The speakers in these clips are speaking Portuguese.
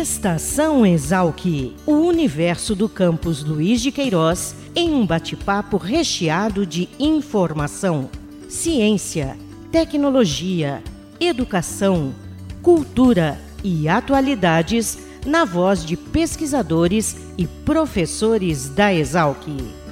Estação Exalc, o universo do campus Luiz de Queiroz, em um bate-papo recheado de informação, ciência, tecnologia, educação, cultura e atualidades na voz de pesquisadores e professores da Exalc.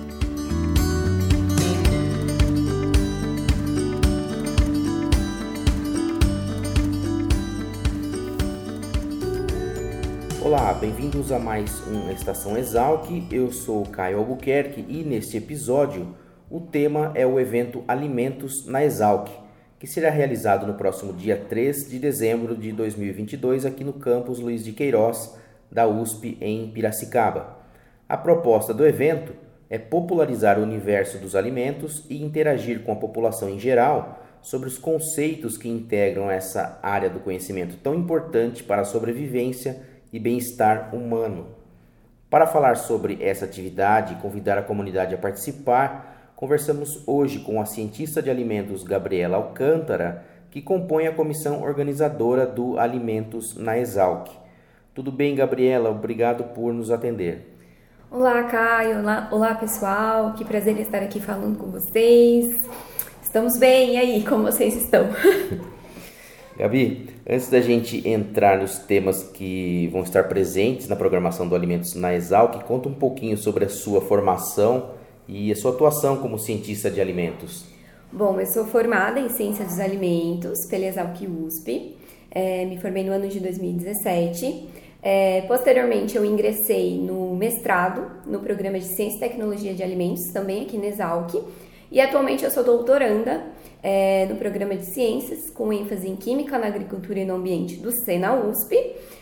Olá, bem-vindos a mais uma Estação Exalc. Eu sou o Caio Albuquerque e neste episódio o tema é o evento Alimentos na Exalc, que será realizado no próximo dia 3 de dezembro de 2022 aqui no campus Luiz de Queiroz da USP em Piracicaba. A proposta do evento é popularizar o universo dos alimentos e interagir com a população em geral sobre os conceitos que integram essa área do conhecimento tão importante para a sobrevivência e bem-estar humano. Para falar sobre essa atividade e convidar a comunidade a participar, conversamos hoje com a cientista de alimentos Gabriela Alcântara, que compõe a comissão organizadora do Alimentos na Exalc. Tudo bem, Gabriela? Obrigado por nos atender. Olá, Caio. Olá, pessoal. Que prazer estar aqui falando com vocês. Estamos bem, e aí? Como vocês estão? Gabi, antes da gente entrar nos temas que vão estar presentes na programação do Alimentos na Exalc, conta um pouquinho sobre a sua formação e a sua atuação como cientista de alimentos. Bom, eu sou formada em Ciência dos Alimentos pela Exalc USP, me formei no ano de 2017. Posteriormente, eu ingressei no mestrado no programa de Ciência e Tecnologia de Alimentos, também aqui na Exalc, e atualmente eu sou doutoranda no programa de Ciências, com ênfase em Química na Agricultura e no Ambiente do SENA USP,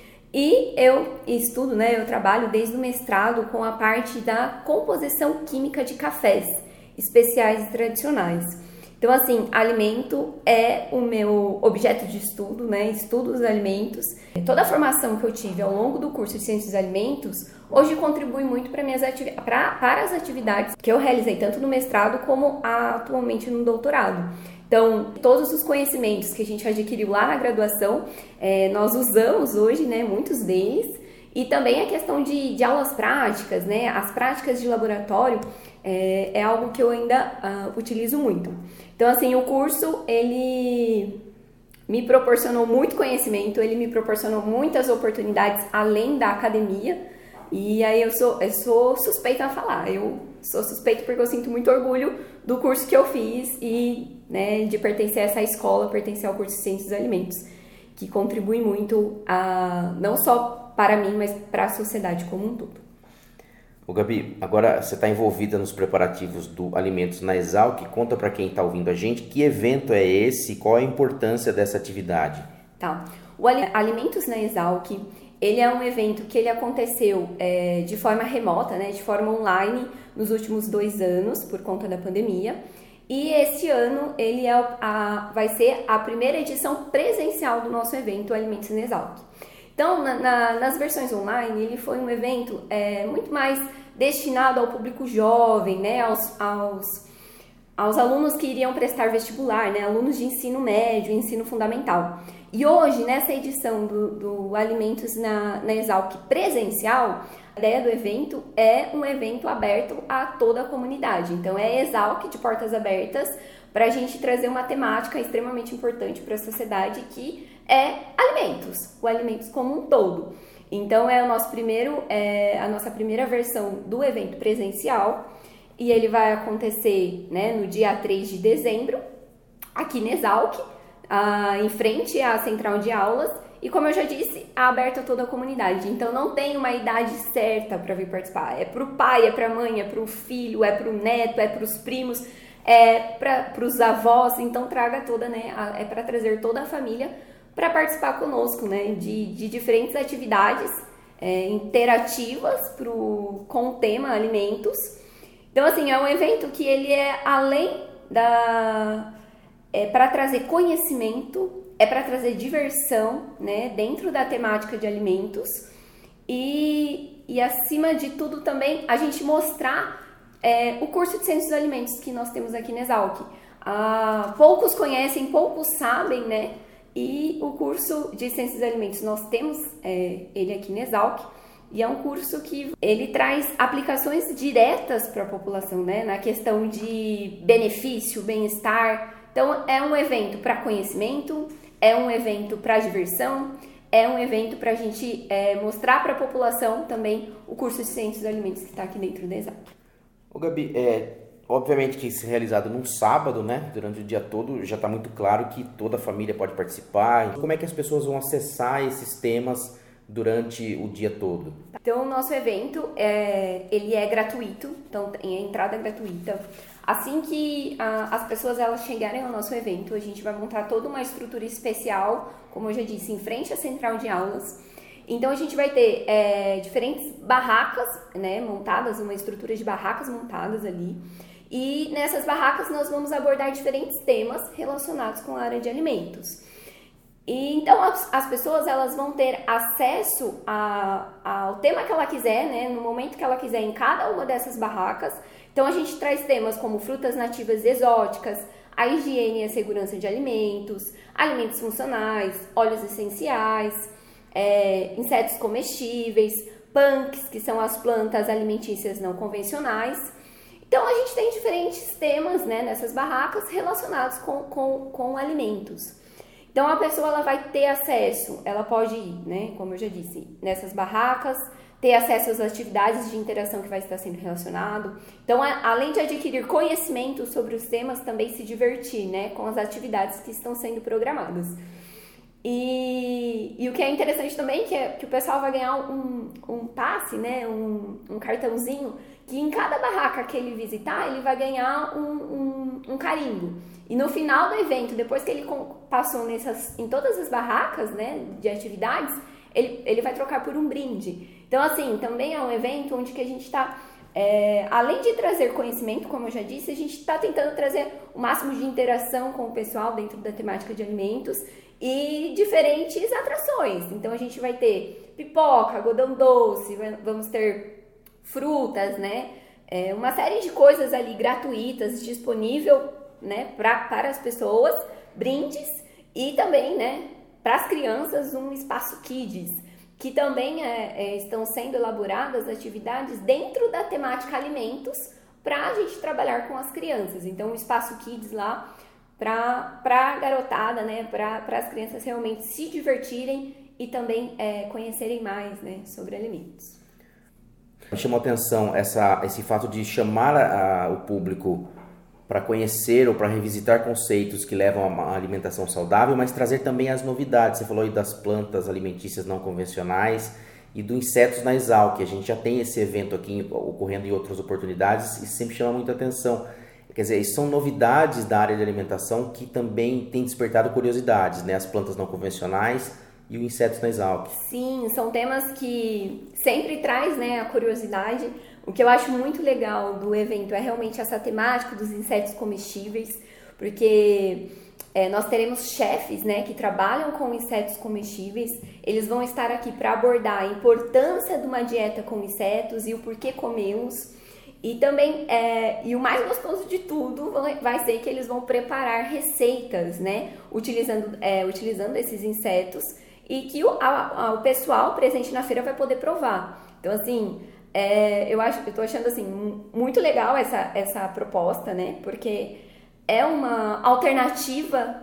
e eu estudo, eu trabalho desde o mestrado com a parte da composição química de cafés especiais e tradicionais. Então, assim, alimento é o meu objeto de estudo, estudo os alimentos. Toda a formação que eu tive ao longo do curso de Ciências dos Alimentos, hoje contribui muito para as atividades que eu realizei, tanto no mestrado como atualmente no doutorado. Então, todos os conhecimentos que a gente adquiriu lá na graduação, nós usamos hoje, muitos deles. E também a questão de aulas práticas, as práticas de laboratório, é algo que eu ainda utilizo muito. Então, assim, o curso, ele me proporcionou muito conhecimento, ele me proporcionou muitas oportunidades além da academia. E aí eu sou suspeita a falar, eu sou suspeita porque eu sinto muito orgulho do curso que eu fiz e de pertencer a essa escola, pertencer ao curso de Ciências dos Alimentos, que contribui muito, não só para mim, mas para a sociedade como um todo. Ô Gabi, agora você está envolvida nos preparativos do Alimentos na Exalc. Conta para quem está ouvindo a gente que evento é esse, qual a importância dessa atividade. Tá, o Alimentos na Exalc, ele é um evento que ele aconteceu de forma remota, de forma online, nos últimos 2 anos, por conta da pandemia. E este ano ele vai ser a primeira edição presencial do nosso evento Alimentos na Exalc. Então, nas versões online, ele foi um evento muito mais destinado ao público jovem, aos alunos que iriam prestar vestibular, alunos de ensino médio, ensino fundamental. E hoje, nessa edição do Alimentos na Exalc presencial, a ideia do evento é um evento aberto a toda a comunidade. Então, é Exalc de portas abertas para a gente trazer uma temática extremamente importante para a sociedade, que é alimentos, o alimentos como um todo. Então, é a nossa primeira versão do evento presencial, e ele vai acontecer no dia 3 de dezembro, aqui na Exalc, em frente à central de aulas, e como eu já disse, é aberto a toda a comunidade. Então não tem uma idade certa para vir participar. É para o pai, é para a mãe, é para o filho, é para o neto, é para os primos, é para os avós. Então traga toda, é para trazer toda a família para participar conosco, de diferentes atividades interativas com o tema alimentos. Então, assim, é um evento que ele é além para trazer conhecimento, é para trazer diversão, dentro da temática de alimentos e acima de tudo também a gente mostrar o curso de Ciências dos Alimentos que nós temos aqui na Exalc. Poucos conhecem, poucos sabem, E o curso de Ciências dos Alimentos, nós temos ele aqui na Exalc, e é um curso que ele traz aplicações diretas para a população, né? Na questão de benefício, bem-estar. Então, é um evento para conhecimento, é um evento para diversão, é um evento para a gente mostrar para a população também o curso de Ciências dos Alimentos que está aqui dentro da Exalc. Ô Gabi, obviamente que isso é realizado num sábado, né? Durante o dia todo, já está muito claro que toda a família pode participar. Como é que as pessoas vão acessar esses temas durante o dia todo? Então, o nosso evento, ele é gratuito, então tem a entrada gratuita. Assim que as pessoas elas chegarem ao nosso evento, a gente vai montar toda uma estrutura especial, como eu já disse, em frente à central de aulas. Então, a gente vai ter diferentes barracas, né, montadas, uma estrutura de barracas montadas ali. E nessas barracas nós vamos abordar diferentes temas relacionados com a área de alimentos. E então as pessoas elas vão ter acesso ao tema que ela quiser, né, no momento que ela quiser em cada uma dessas barracas. Então a gente traz temas como frutas nativas exóticas, a higiene e a segurança de alimentos, alimentos funcionais, óleos essenciais, insetos comestíveis, punks, que são as plantas alimentícias não convencionais. Então a gente tem diferentes temas, né, nessas barracas relacionados com alimentos. Então a pessoa ela vai ter acesso, ela pode ir, né, como eu já disse, nessas barracas, ter acesso às atividades de interação que vai estar sendo relacionado. Então, além de adquirir conhecimento sobre os temas, também se divertir, né, com as atividades que estão sendo programadas. E o que é interessante também que o pessoal vai ganhar um passe, né, um cartãozinho, que em cada barraca que ele visitar, ele vai ganhar um carimbo. E no final do evento, depois que ele passou em todas as barracas, né, de atividades, ele vai trocar por um brinde. Então, assim, também é um evento onde que a gente está, além de trazer conhecimento, como eu já disse, a gente está tentando trazer o máximo de interação com o pessoal dentro da temática de alimentos e diferentes atrações. Então, a gente vai ter pipoca, algodão doce, vamos ter frutas, né? Uma série de coisas ali gratuitas, disponível, né, para as pessoas, brindes e também, né, para as crianças, um espaço Kids, que também estão sendo elaboradas atividades dentro da temática alimentos para a gente trabalhar com as crianças. Então, um espaço Kids lá para a garotada, né, para as crianças realmente se divertirem e também conhecerem mais, né, sobre alimentos. Me chamou a atenção esse fato de chamar o público para conhecer ou para revisitar conceitos que levam a uma alimentação saudável, mas trazer também as novidades. Você falou aí das plantas alimentícias não convencionais e do Insetos na Exalc. A gente já tem esse evento aqui ocorrendo em outras oportunidades e sempre chama muita atenção. Quer dizer, são novidades da área de alimentação que também têm despertado curiosidades, né? As plantas não convencionais e o Insetos na Exalc. Sim, são temas que sempre traz, né, a curiosidade. O que eu acho muito legal do evento é realmente essa temática dos insetos comestíveis, porque nós teremos chefes, né, que trabalham com insetos comestíveis. Eles vão estar aqui para abordar a importância de uma dieta com insetos e o porquê comê-los. E também, e o mais gostoso de tudo vai ser que eles vão preparar receitas, né, utilizando esses insetos e que o pessoal presente na feira vai poder provar. Então, assim, eu tô achando assim muito legal essa proposta, né? Porque é uma alternativa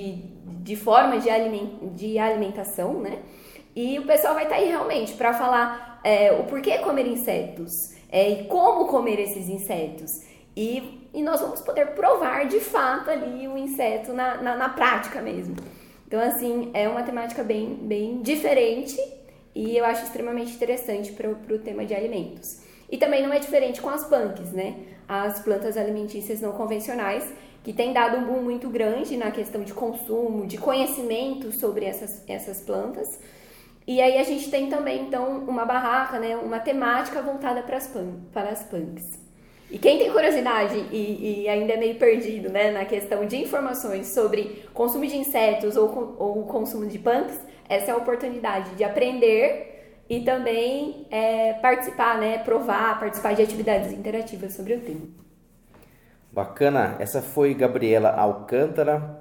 de forma de alimentação, né? E o pessoal vai estar aí realmente para falar o porquê comer insetos e como comer esses insetos. E nós vamos poder provar de fato ali o inseto na prática mesmo. Então, assim, é uma temática bem, bem diferente e eu acho extremamente interessante para o tema de alimentos. E também não é diferente com as punks, né? As plantas alimentícias não convencionais, que têm dado um boom muito grande na questão de consumo, de conhecimento sobre essas plantas. E aí a gente tem também, então, uma barraca, né? Uma temática voltada para as punks. E quem tem curiosidade e ainda é meio perdido, né, na questão de informações sobre consumo de insetos ou consumo de punks, essa é a oportunidade de aprender e também participar, né, participar de atividades interativas sobre o tema. Bacana, essa foi Gabriela Alcântara,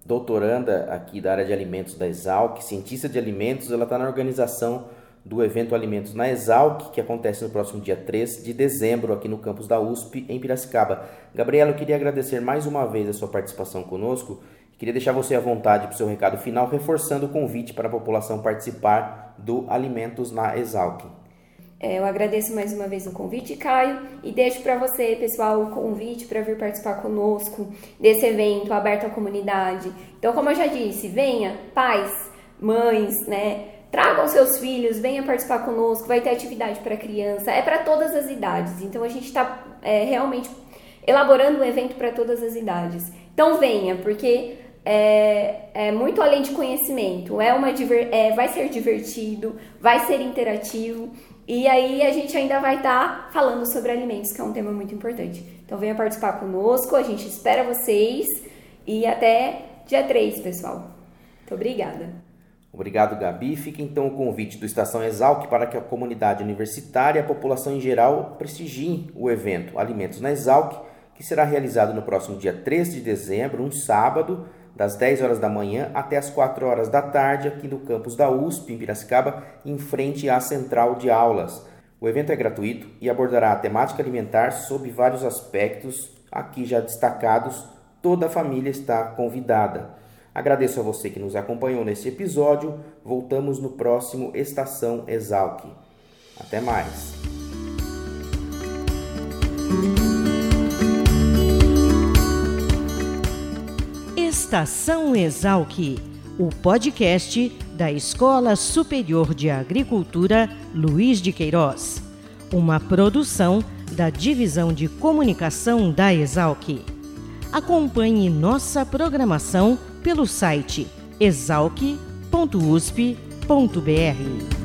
doutoranda aqui da área de alimentos da Exalc, cientista de alimentos. Ela está na organização do evento Alimentos na Exalc, que acontece no próximo dia 3 de dezembro, aqui no campus da USP, em Piracicaba. Gabriela, eu queria agradecer mais uma vez a sua participação conosco. Queria deixar você à vontade para o seu recado final, reforçando o convite para a população participar do Alimentos na Exalc. Eu agradeço mais uma vez o convite, Caio, e deixo para você, pessoal, o convite para vir participar conosco desse evento aberto à comunidade. Então, como eu já disse, venha, pais, mães, tragam seus filhos, venha participar conosco, vai ter atividade para criança, é para todas as idades. Então, a gente está realmente elaborando um evento para todas as idades. Então, venha, porque é muito além de conhecimento, vai ser divertido, vai ser interativo. E aí a gente ainda vai estar falando sobre alimentos, que é um tema muito importante. Então venha participar conosco, a gente espera vocês e até dia 3, pessoal. Muito obrigada. Obrigado, Gabi. Fica então o convite do Estação Exalc para que a comunidade universitária e a população em geral prestigiem o evento Alimentos na Exalc, que será realizado no próximo dia 3 de dezembro, um sábado, das 10 horas da manhã até as 4 horas da tarde, aqui no campus da USP, em Piracicaba, em frente à central de aulas. O evento é gratuito e abordará a temática alimentar sob vários aspectos, aqui já destacados. Toda a família está convidada. Agradeço a você que nos acompanhou nesse episódio. Voltamos no próximo Estação Exalc. Até mais! Estação Exalc, o podcast da Escola Superior de Agricultura Luiz de Queiroz, uma produção da Divisão de Comunicação da Exalc. Acompanhe nossa programação pelo site exalc.usp.br.